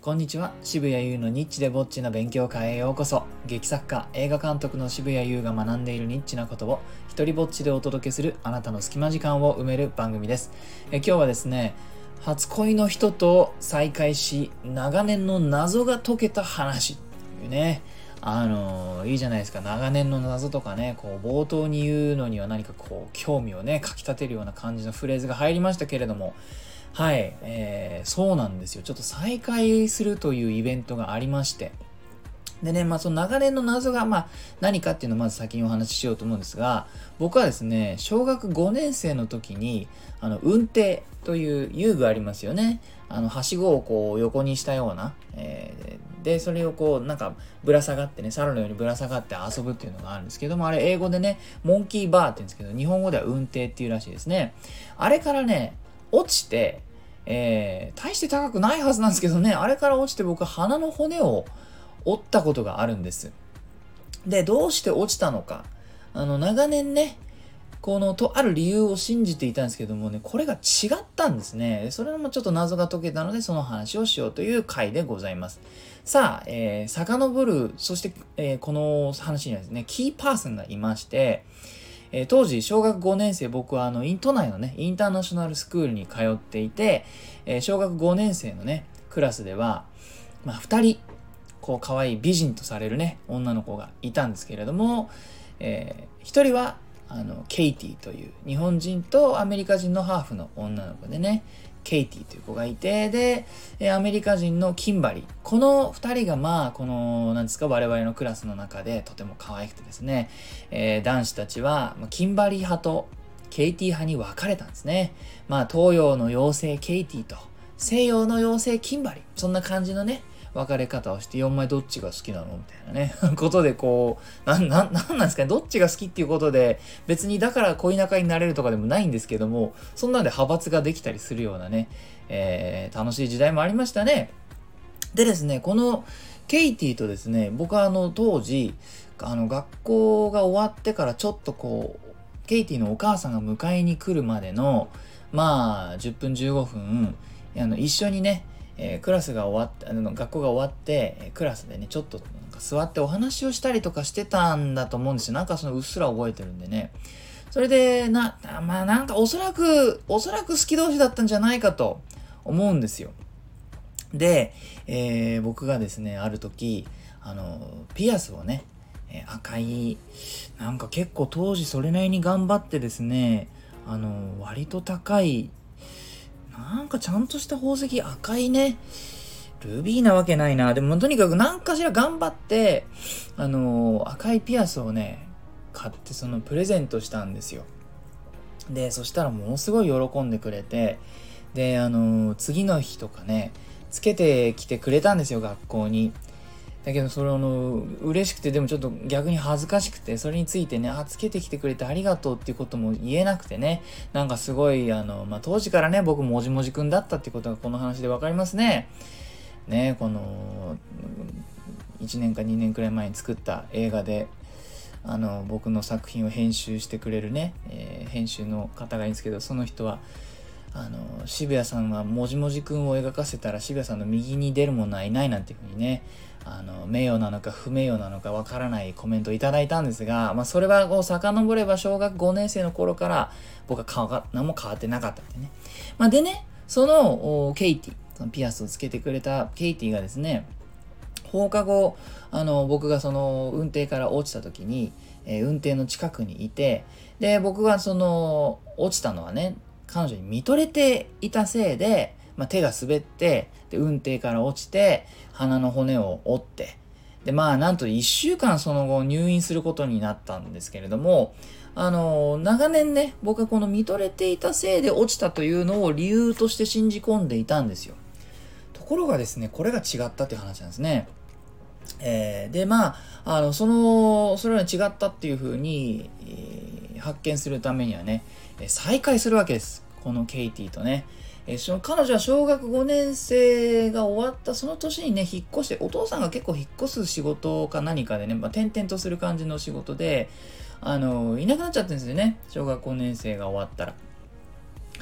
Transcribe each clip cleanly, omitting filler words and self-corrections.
こんにちは。渋谷優のニッチでぼっちな勉強会へようこそ。劇作家、映画監督の渋谷優が学んでいるニッチなことを一人ぼっちでお届けするあなたの隙間時間を埋める番組です。今日はですね、初恋の人と再会し長年の謎が解けた話というね、いいじゃないですか。長年の謎とかね、冒頭に言うのには何か興味をねかき立てるような感じのフレーズが入りましたけれども、はい、そうなんですよ。ちょっと再会するというイベントがありまして。でね、その長年の謎が何かっていうのをまず先にお話ししようと思うんですが、僕はですね、小学5年生の時に、雲梯という遊具ありますよね。はしごを横にしたような、で、それをぶら下がってね、猿のようにぶら下がって遊ぶっていうのがあるんですけども、あれ英語でね、モンキーバーって言うんですけど、日本語では雲梯っていうらしいですね。あれからね、落ちて、大して高くないはずなんですけどね、あれから落ちて僕は鼻の骨を折ったことがあるんです。で、どうして落ちたのか。長年ね、とある理由を信じていたんですけどもね、これが違ったんですね。それもちょっと謎が解けたので、その話をしようという回でございます。さあ、遡る、そして、この話にはですね、キーパーソンがいまして、当時小学5年生、僕は都内のねインターナショナルスクールに通っていて、小学5年生のねクラスでは、2人可愛い美人とされるね女の子がいたんですけれども、1人はケイティという日本人とアメリカ人のハーフの女の子でね、ケイティという子がいて、でアメリカ人のキンバリー、この2人がなんですか、我々のクラスの中でとても可愛くてですね、男子たちはキンバリー派とケイティ派に分かれたんですね。東洋の妖精ケイティと西洋の妖精キンバリー、そんな感じのね分かれ方をして、お前どっちが好きなのみたいなねことでなんですかね、どっちが好きっていうことで別にだから恋仲になれるとかでもないんですけども、そんなんで派閥ができたりするようなね、楽しい時代もありましたね。でですね、このケイティとですね、僕は当時学校が終わってからちょっとケイティのお母さんが迎えに来るまでの10分15分一緒にね、クラスが終わって学校が終わってクラスでねちょっと座ってお話をしたりとかしてたんだと思うんですよ。そのうっすら覚えてるんでね。それでおそらく好き同士だったんじゃないかと思うんですよ。で、僕がですねある時ピアスをね、赤い結構当時それなりに頑張ってですね、割と高いちゃんとした宝石、赤いね、ルビーなわけないな。でもとにかく何かしら頑張って、赤いピアスをね、買ってそのプレゼントしたんですよ。で、そしたらものすごい喜んでくれて、で、次の日とかね、つけてきてくれたんですよ、学校に。だけどそれ嬉しくて、でもちょっと逆に恥ずかしくて、それについてね、つけてきてくれてありがとうっていうことも言えなくてね、すごい当時からね、僕もじもじくんだったっていうことがこの話でわかりますね。ね、この1年か2年くらい前に作った映画で僕の作品を編集してくれるね、編集の方がいるんですけど、その人は渋谷さんはもじもじくんを描かせたら渋谷さんの右に出るものはいないなんていうふうにね、名誉なのか不名誉なのかわからないコメントをいただいたんですが、それは遡れば小学5年生の頃から僕は何も変わってなかったってね。でね、そのケイティ、そのピアスをつけてくれたケイティがですね、放課後僕がその運転から落ちた時に、運転の近くにいて、で僕が落ちたのはね、彼女に見とれていたせいで、手が滑って、で運転から落ちて鼻の骨を折って、でなんと1週間その後入院することになったんですけれども、長年ね、僕はこの見とれていたせいで落ちたというのを理由として信じ込んでいたんですよ。ところがですね、これが違ったっていう話なんですね。でそれは違ったっていうふうに、発見するためにはね、再会するわけです、このケイティとね。彼女は小学5年生が終わったその年にね引っ越して、お父さんが結構引っ越す仕事か何かでね、転々とする感じの仕事でいなくなっちゃってるんですよね、小学5年生が終わったら。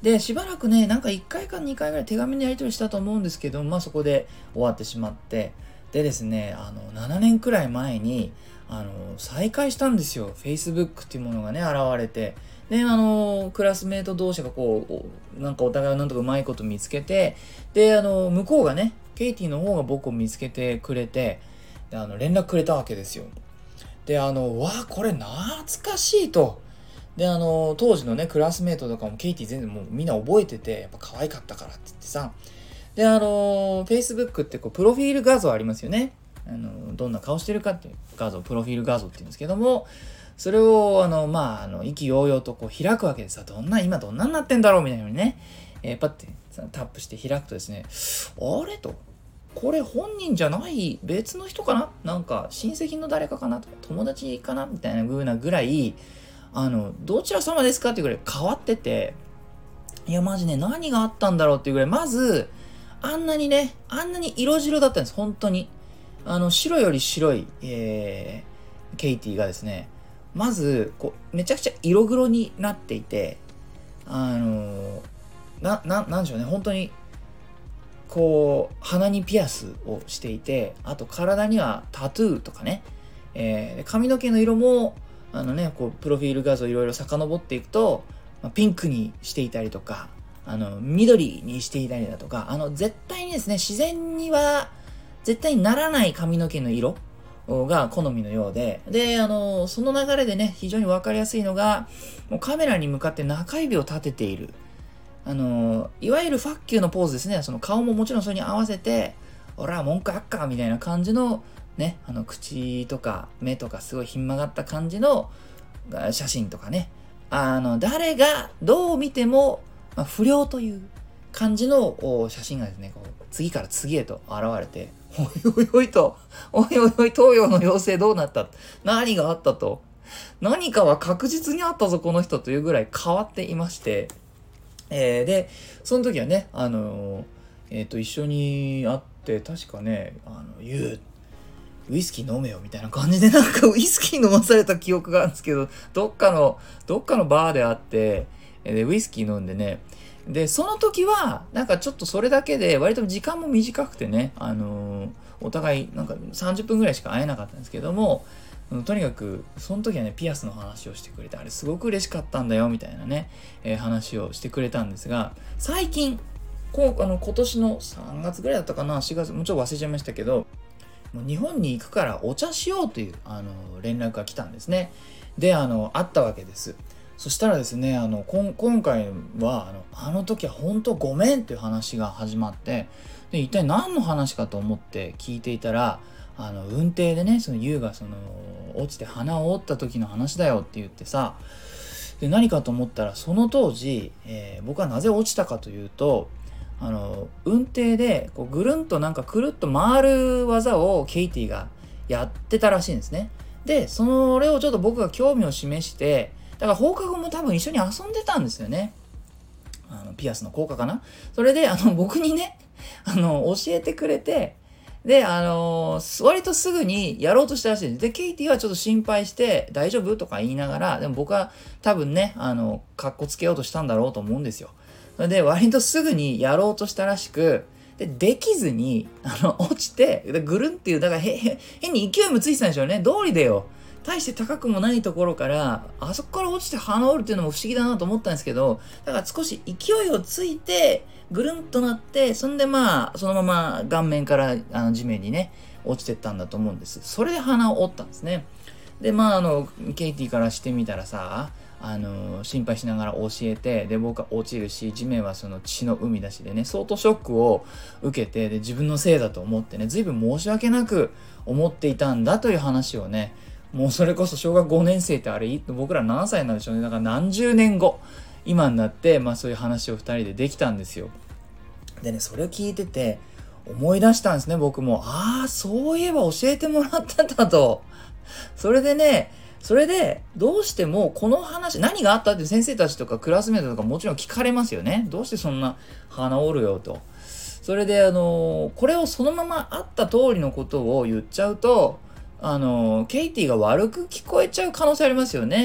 で、しばらくね、なんか1回か2回ぐらい手紙のやり取りしたと思うんですけど、まあそこで終わってしまって、でですね、7年くらい前に、再会したんですよ。Facebook っていうものがね、現れて。で、クラスメート同士がこう、なんかお互いをなんとかうまいこと見つけて、で、向こうがね、ケイティの方が僕を見つけてくれて、で、連絡くれたわけですよ。で、これ懐かしいと。で、当時のね、クラスメートとかもケイティ全然もうみんな覚えてて、やっぱ可愛かったからって言ってさ。で、Facebook ってこう、プロフィール画像ありますよね。どんな顔してるかっていう画像、プロフィール画像って言うんですけども、それを、意気揚々とこう開くわけでさ、今どんなになってんだろうみたいなのにね、パッてタップして開くとですね、あれと、これ本人じゃない別の人かな、なんか親戚の誰かかなとか友達かなみたいな風なぐらい、どちら様ですかっていうぐらい変わってて、いやマジね、何があったんだろうっていうぐらい、まずあんなに色白だったんです、本当に。白より白い、ケイティがですね、まずこうめちゃくちゃ色黒になっていて、なんでしょうね、本当にこう鼻にピアスをしていて、あと体にはタトゥーとかね、髪の毛の色もこうプロフィール画像いろいろ遡っていくと、ピンクにしていたりとか、緑にしていたりだとか、絶対にですね、自然には絶対にならない髪の毛の色が好みのようで、で、その流れでね、非常にわかりやすいのが、もうカメラに向かって中指を立てている。いわゆるファッキューのポーズですね。その顔ももちろんそれに合わせて、おら、文句あっかみたいな感じの、ね、口とか目とかすごいひん曲がった感じの写真とかね。誰がどう見ても、不良という感じの写真がですね、こう次から次へと現れて、おいおいおいと、おいおいおい、東洋の妖精どうなった？何があったと？何かは確実にあったぞ、この人というぐらい変わっていまして、で、その時はね、一緒に会って、確かね、ウイスキー飲めよみたいな感じで、なんかウイスキー飲まされた記憶があるんですけど、どっかのバーで会って、で、ウイスキー飲んでね、で、その時は、なんかちょっとそれだけで、割と時間も短くてね、お互いなんか30分ぐらいしか会えなかったんですけども、とにかく、その時はね、ピアスの話をしてくれて、あれすごく嬉しかったんだよ、みたいなね、話をしてくれたんですが、最近、今年の3月ぐらいだったかな、4月、もうちょっと忘れちゃいましたけど、もう日本に行くからお茶しようという、連絡が来たんですね。で、会ったわけです。そしたらですね、今回は、あの時は本当ごめんっていう話が始まって、で、一体何の話かと思って聞いていたら、運転でね、その優が落ちて鼻を折った時の話だよって言ってさ、で、何かと思ったら、その当時、僕はなぜ落ちたかというと、運転でこうぐるんとなんかくるっと回る技をケイティがやってたらしいんですね。で、それをちょっと僕が興味を示して、だから放課後も多分一緒に遊んでたんですよね。ピアスの効果かな。それで、僕にね、教えてくれて、で、割とすぐにやろうとしたらしいんです。で、ケイティはちょっと心配して、大丈夫とか言いながら、でも僕は多分ね、かっこつけようとしたんだろうと思うんですよ。それで、割とすぐにやろうとしたらしく、できずに、落ちて、ぐるんっていう、だから変に勢いもついてたんでしょうね。道理でよ。大して高くもないところから、あそこから落ちて鼻を折るっていうのも不思議だなと思ったんですけど、だから少し勢いをついて、ぐるんとなって、そんでそのまま顔面から地面にね、落ちてったんだと思うんです。それで鼻を折ったんですね。で、ケイティからしてみたらさ、心配しながら教えて、で、僕は落ちるし、地面はその血の海だしでね、相当ショックを受けて、で、自分のせいだと思ってね、随分申し訳なく思っていたんだという話をね、もうそれこそ小学5年生ってあれ、僕ら何歳なんでしょうね。だから何十年後、今になって、そういう話を2人でできたんですよ。でね、それを聞いてて、思い出したんですね、僕も。そういえば教えてもらったんだと。それで、どうしてもこの話、何があったって先生たちとかクラスメートとかもちろん聞かれますよね。どうしてそんな鼻折るよと。それで、これをそのままあった通りのことを言っちゃうと、ケイティが悪く聞こえちゃう可能性ありますよね。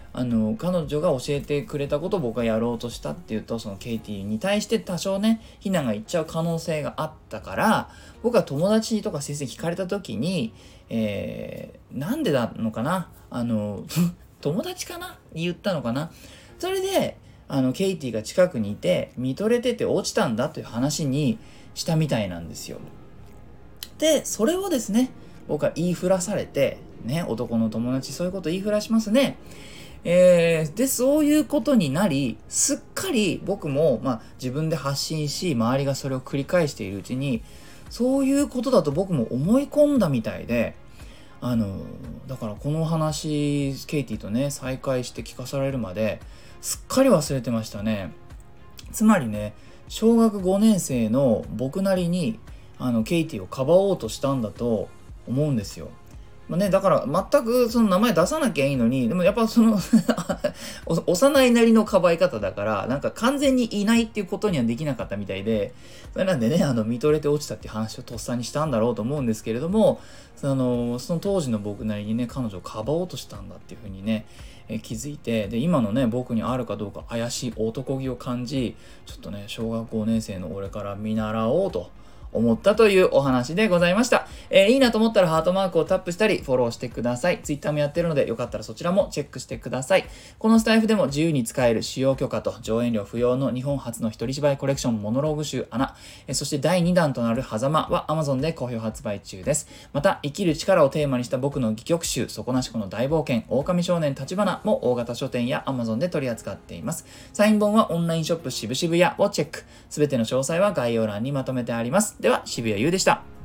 彼女が教えてくれたことを僕がやろうとしたっていうと、そのケイティに対して多少ね、非難がいっちゃう可能性があったから、僕は友達とか先生聞かれた時に、なんでなのかな友達かな言ったのかな。それで、ケイティが近くにいて、見とれてて落ちたんだという話にしたみたいなんですよ。で、それをですね、僕は言いふらされて、ね、男の友達そういうこと言いふらしますね。で、そういうことになり、すっかり僕も、自分で発信し、周りがそれを繰り返しているうちに、そういうことだと僕も思い込んだみたいで、だからこの話、ケイティとね、再会して聞かされるまで、すっかり忘れてましたね。つまりね、小学5年生の僕なりに、ケイティをかばおうとしたんだと思うんですよ。だから全くその名前出さなきゃいいのに、でもやっぱその幼いなりのかばい方だから、なんか完全にいないっていうことにはできなかったみたいで、それなんでね、見とれて落ちたっていう話をとっさにしたんだろうと思うんですけれども、その当時の僕なりにね、彼女をかばおうとしたんだっていうふうにね、気づいて、で、今のね、僕にあるかどうか怪しい男気を感じ、ちょっとね、小学5年生の俺から見習おうと思ったというお話でございました。いいなと思ったらハートマークをタップしたりフォローしてください。Twitter もやってるのでよかったらそちらもチェックしてください。このスタイフでも自由に使える使用許可と上演料不要の日本初の一人芝居コレクションモノローグ集アナ、そして第2弾となる狭間は Amazon で好評発売中です。また生きる力をテーマにした僕の戯曲集底なしこの大冒険狼少年立花も大型書店や Amazon で取り扱っています。サイン本はオンラインショップ渋々屋をチェック。すべての詳細は概要欄にまとめてあります。では、渋谷優でした。